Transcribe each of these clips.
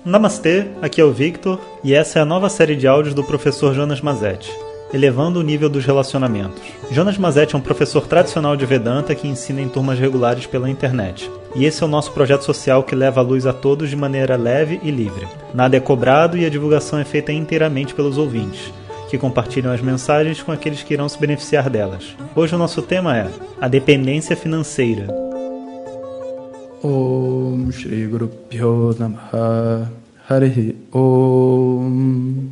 Namastê, aqui é o Victor e essa é a nova série de áudios do professor Jonas Mazetti, elevando o nível dos relacionamentos. Jonas Mazetti é um professor tradicional de Vedanta que ensina em turmas regulares pela internet. E esse é o nosso projeto social que leva a luz a todos de maneira leve e livre. Nada é cobrado e a divulgação é feita inteiramente pelos ouvintes, que compartilham as mensagens com aqueles que irão se beneficiar delas. Hoje o nosso tema é a dependência financeira. Om Shri Guru Pyo Namaha Harihi Om.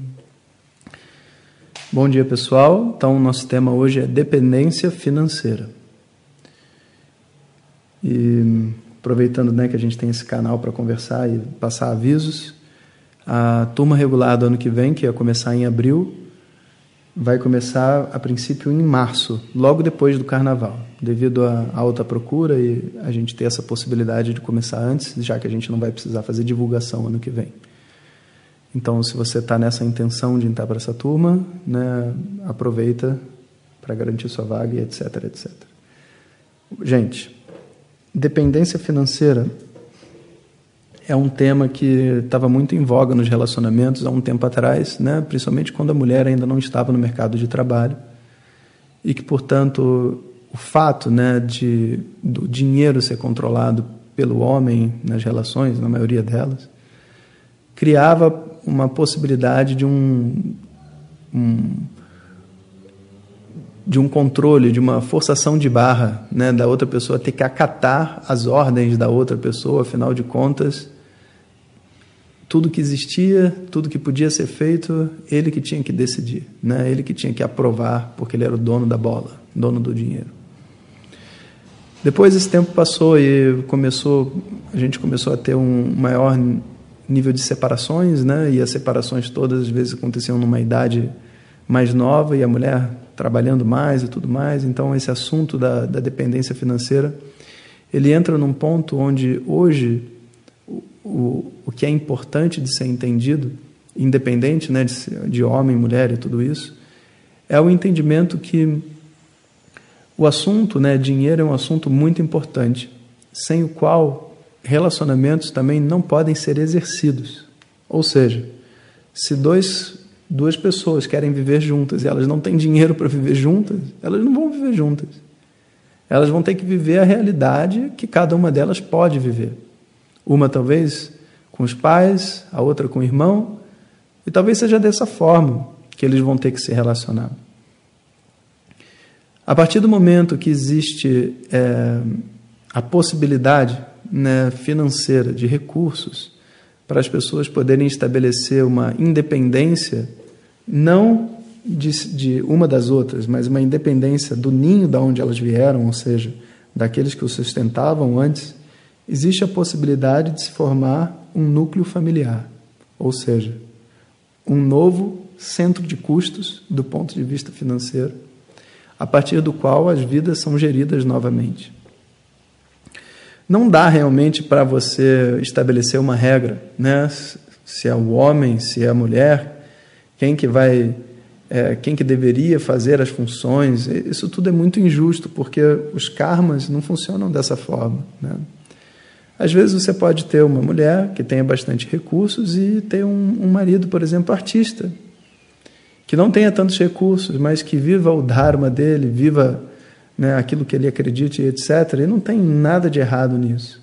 Bom dia, pessoal. Então, o nosso tema hoje é dependência financeira. E aproveitando, que a gente tem esse canal para conversar e passar avisos, a turma regular do ano que vem, que ia começar em abril, vai começar a princípio em março, logo depois do Carnaval, devido à alta procura e a gente ter essa possibilidade de começar antes, já que a gente não vai precisar fazer divulgação ano que vem. Então, se você está nessa intenção de entrar para essa turma, aproveita para garantir sua vaga e etc, etc. Gente, dependência financeira é um tema que estava muito em voga nos relacionamentos há um tempo atrás, principalmente quando a mulher ainda não estava no mercado de trabalho e que, portanto, o fato do dinheiro ser controlado pelo homem nas relações, na maioria delas, criava uma possibilidade de um controle, de uma forçação de barra, da outra pessoa ter que acatar as ordens da outra pessoa. Afinal de contas, tudo que existia, tudo que podia ser feito, ele que tinha que decidir, ele que tinha que aprovar, porque ele era o dono da bola, dono do dinheiro. Depois esse tempo passou e a gente começou a ter um maior nível de separações, e as separações todas às vezes aconteciam numa idade mais nova e a mulher trabalhando mais e tudo mais. Então esse assunto da dependência financeira, ele entra num ponto onde hoje o que é importante de ser entendido, independente de homem, mulher e tudo isso, é o entendimento que o assunto, dinheiro é um assunto muito importante, sem o qual relacionamentos também não podem ser exercidos. Ou seja, se duas pessoas querem viver juntas e elas não têm dinheiro para viver juntas, elas não vão viver juntas. Elas vão ter que viver a realidade que cada uma delas pode viver. Uma talvez com os pais, a outra com o irmão, e talvez seja dessa forma que eles vão ter que se relacionar. A partir do momento que existe a possibilidade financeira de recursos para as pessoas poderem estabelecer uma independência, não de uma das outras, mas uma independência do ninho de onde elas vieram, ou seja, daqueles que o sustentavam antes, existe a possibilidade de se formar um núcleo familiar, ou seja, um novo centro de custos do ponto de vista financeiro, a partir do qual as vidas são geridas novamente. Não dá realmente para você estabelecer uma regra, se é o homem, se é a mulher, quem que deveria fazer as funções. Isso tudo é muito injusto, porque os karmas não funcionam dessa forma. Às vezes você pode ter uma mulher que tenha bastante recursos e ter um marido, por exemplo, artista, que não tenha tantos recursos, mas que viva o dharma dele, viva aquilo que ele acredite, etc. E não tem nada de errado nisso.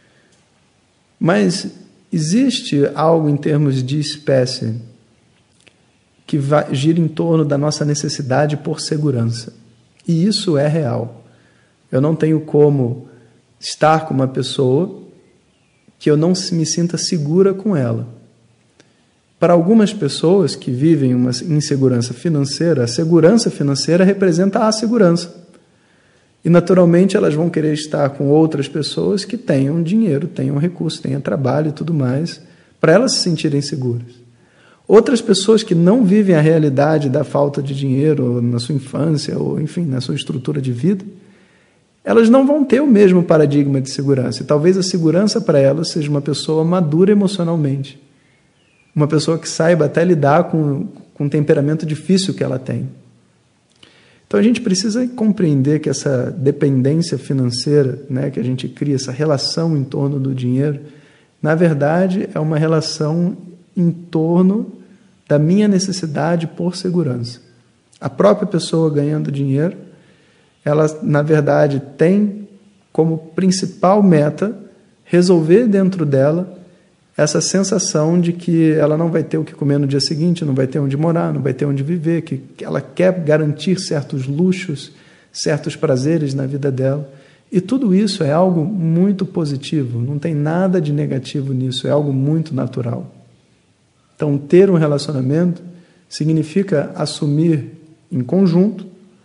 Mas existe algo em termos de espécie que gira em torno da nossa necessidade por segurança. E isso é real. Eu não tenho como estar com uma pessoa que eu não me sinta segura com ela. Para algumas pessoas que vivem uma insegurança financeira, a segurança financeira representa a segurança. E, naturalmente, elas vão querer estar com outras pessoas que tenham dinheiro, tenham recursos, tenham trabalho e tudo mais, para elas se sentirem seguras. Outras pessoas que não vivem a realidade da falta de dinheiro na sua infância, ou, enfim, na sua estrutura de vida, elas não vão ter o mesmo paradigma de segurança. E talvez a segurança para elas seja uma pessoa madura emocionalmente. Uma pessoa que saiba até lidar com o temperamento difícil que ela tem. Então a gente precisa compreender que essa dependência financeira, que a gente cria, essa relação em torno do dinheiro, Na verdade, é uma relação em torno da minha necessidade por segurança. A própria pessoa ganhando dinheiro, ela, na verdade, tem como principal meta resolver dentro dela essa sensação de que ela não vai ter o que comer no dia seguinte, não vai ter onde morar, não vai ter onde viver, que ela quer garantir certos luxos, certos prazeres na vida dela. E tudo isso é algo muito positivo, não tem nada de negativo nisso, é algo muito natural. Então, ter um relacionamento significa assumir em conjunto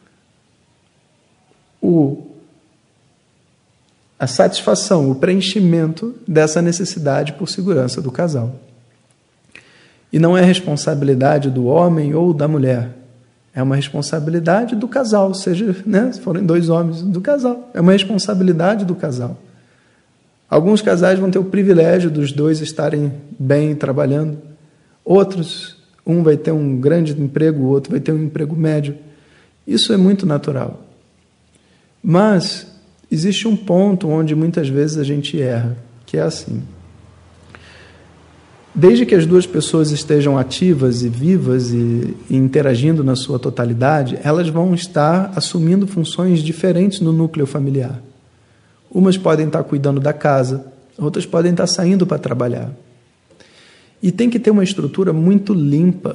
a satisfação, o preenchimento dessa necessidade por segurança do casal. E não é responsabilidade do homem ou da mulher, é uma responsabilidade do casal, seja, se forem dois homens, do casal. É uma responsabilidade do casal. Alguns casais vão ter o privilégio dos dois estarem bem trabalhando. Outros, um vai ter um grande emprego, o outro vai ter um emprego médio. Isso é muito natural. Mas existe um ponto onde muitas vezes a gente erra, que é assim. Desde que as duas pessoas estejam ativas e vivas e interagindo na sua totalidade, elas vão estar assumindo funções diferentes no núcleo familiar. Umas podem estar cuidando da casa, outras podem estar saindo para trabalhar. E tem que ter uma estrutura muito limpa,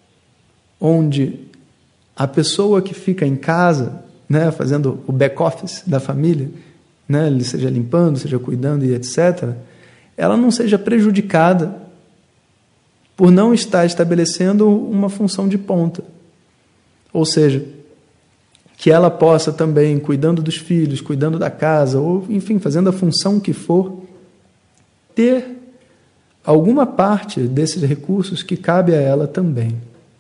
onde a pessoa que fica em casa, fazendo o back-office da família, seja limpando, seja cuidando e etc., ela não seja prejudicada por não estar estabelecendo uma função de ponta. Ou seja, que ela possa também, cuidando dos filhos, cuidando da casa, ou, enfim, fazendo a função que for, ter alguma parte desses recursos que cabe a ela também.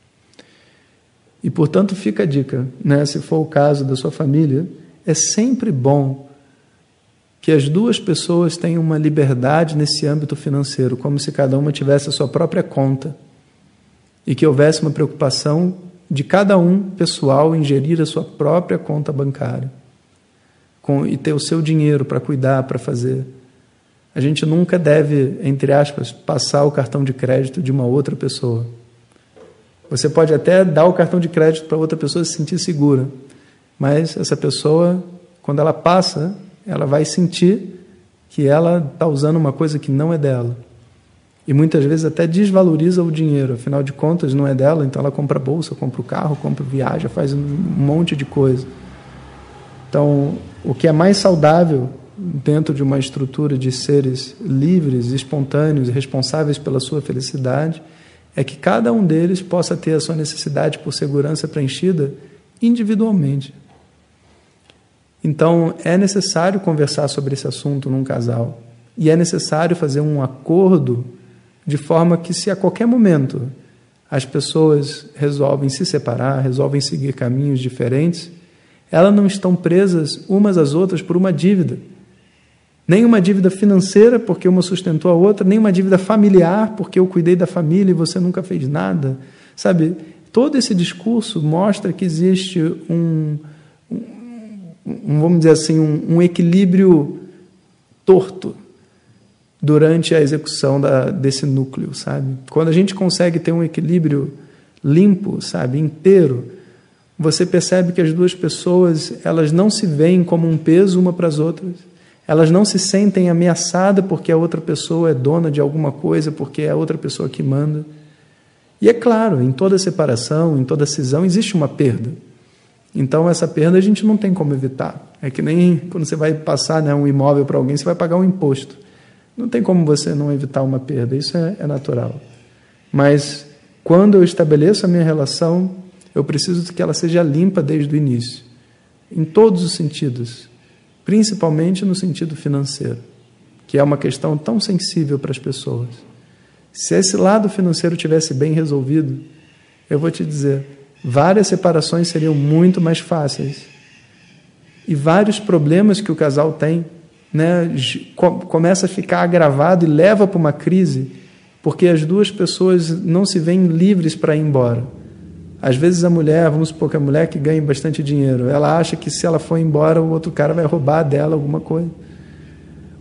E, portanto, fica a dica, se for o caso da sua família, é sempre bom que as duas pessoas tenham uma liberdade nesse âmbito financeiro, como se cada uma tivesse a sua própria conta, e que houvesse uma preocupação de cada um, pessoal, em gerir a sua própria conta bancária, e ter o seu dinheiro para cuidar, para fazer. A gente nunca deve, entre aspas, passar o cartão de crédito de uma outra pessoa. Você pode até dar o cartão de crédito para outra pessoa se sentir segura, mas essa pessoa, quando ela passa, ela vai sentir que ela está usando uma coisa que não é dela. E muitas vezes até desvaloriza o dinheiro, afinal de contas não é dela, então ela compra bolsa, compra o carro, compra viaja, faz um monte de coisa. Então, o que é mais saudável dentro de uma estrutura de seres livres, espontâneos e responsáveis pela sua felicidade, é que cada um deles possa ter a sua necessidade por segurança preenchida individualmente. Então, é necessário conversar sobre esse assunto num casal. E é necessário fazer um acordo de forma que, se a qualquer momento as pessoas resolvem se separar, resolvem seguir caminhos diferentes, elas não estão presas umas às outras por uma dívida. Nem uma dívida financeira, porque uma sustentou a outra, nem uma dívida familiar, porque eu cuidei da família e você nunca fez nada. Sabe, todo esse discurso mostra que existe vamos dizer assim, um equilíbrio torto durante a execução desse núcleo, sabe? Quando a gente consegue ter um equilíbrio limpo, sabe, inteiro, você percebe que as duas pessoas, elas não se veem como um peso uma para as outras, elas não se sentem ameaçadas porque a outra pessoa é dona de alguma coisa, porque é a outra pessoa que manda. E é claro, em toda separação, em toda cisão, existe uma perda. Então, essa perda a gente não tem como evitar. É que nem quando você vai passar um imóvel para alguém, você vai pagar um imposto. Não tem como você não evitar uma perda, isso é natural. Mas, quando eu estabeleço a minha relação, eu preciso que ela seja limpa desde o início, em todos os sentidos, principalmente no sentido financeiro, que é uma questão tão sensível para as pessoas. Se esse lado financeiro tivesse bem resolvido, eu vou te dizer, várias separações seriam muito mais fáceis. E vários problemas que o casal tem, começa a ficar agravado e leva para uma crise, porque as duas pessoas não se veem livres para ir embora. Às vezes a mulher, vamos supor que a mulher que ganha bastante dinheiro, ela acha que se ela for embora, o outro cara vai roubar dela alguma coisa.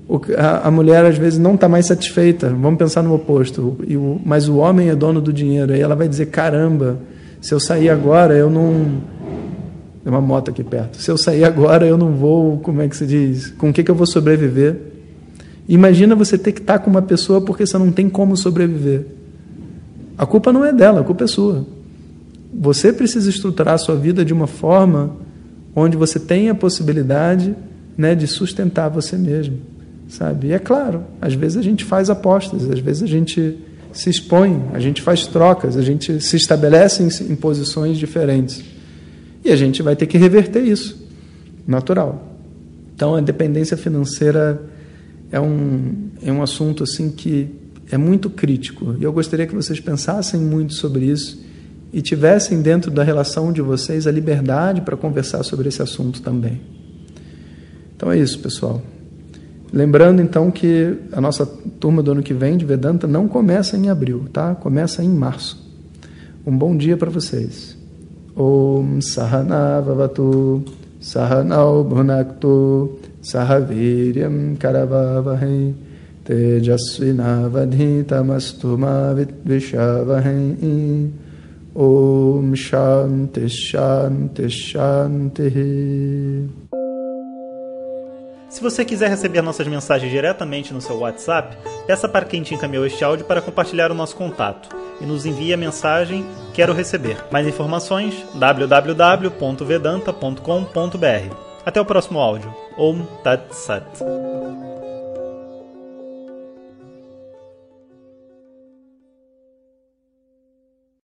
A mulher, às vezes, não está mais satisfeita. Vamos pensar no oposto. Mas o homem é dono do dinheiro. Aí ela vai dizer, caramba, se eu sair agora, eu não... Tem uma moto aqui perto. Se eu sair agora, eu não vou... Como é que se diz? Com o que eu vou sobreviver? Imagina você ter que estar com uma pessoa porque você não tem como sobreviver. A culpa não é dela, a culpa é sua. Você precisa estruturar a sua vida de uma forma onde você tem a possibilidade, né, de sustentar você mesmo. Sabe? E é claro, às vezes a gente faz apostas, às vezes a gente se expõe, a gente faz trocas, a gente se estabelece em posições diferentes. E a gente vai ter que reverter isso, natural. Então, a dependência financeira é um assunto assim que é muito crítico. E eu gostaria que vocês pensassem muito sobre isso e tivessem dentro da relação de vocês a liberdade para conversar sobre esse assunto também. Então é isso, pessoal. Lembrando, então, que a nossa turma do ano que vem de Vedanta não começa em abril, tá? Começa em março. Um bom dia para vocês. Om Sahana Vavatu Sahanau Bhunaktu Sahaviryam Karavavahem Tejasvinavadhitamastu ma Vidvishavahem Om Shanti Shanti Shanti. Se você quiser receber nossas mensagens diretamente no seu WhatsApp, peça para quem te encaminhou este áudio para compartilhar o nosso contato e nos envie a mensagem "Quero receber". Mais informações www.vedanta.com.br. Até o próximo áudio. Om Tat Sat.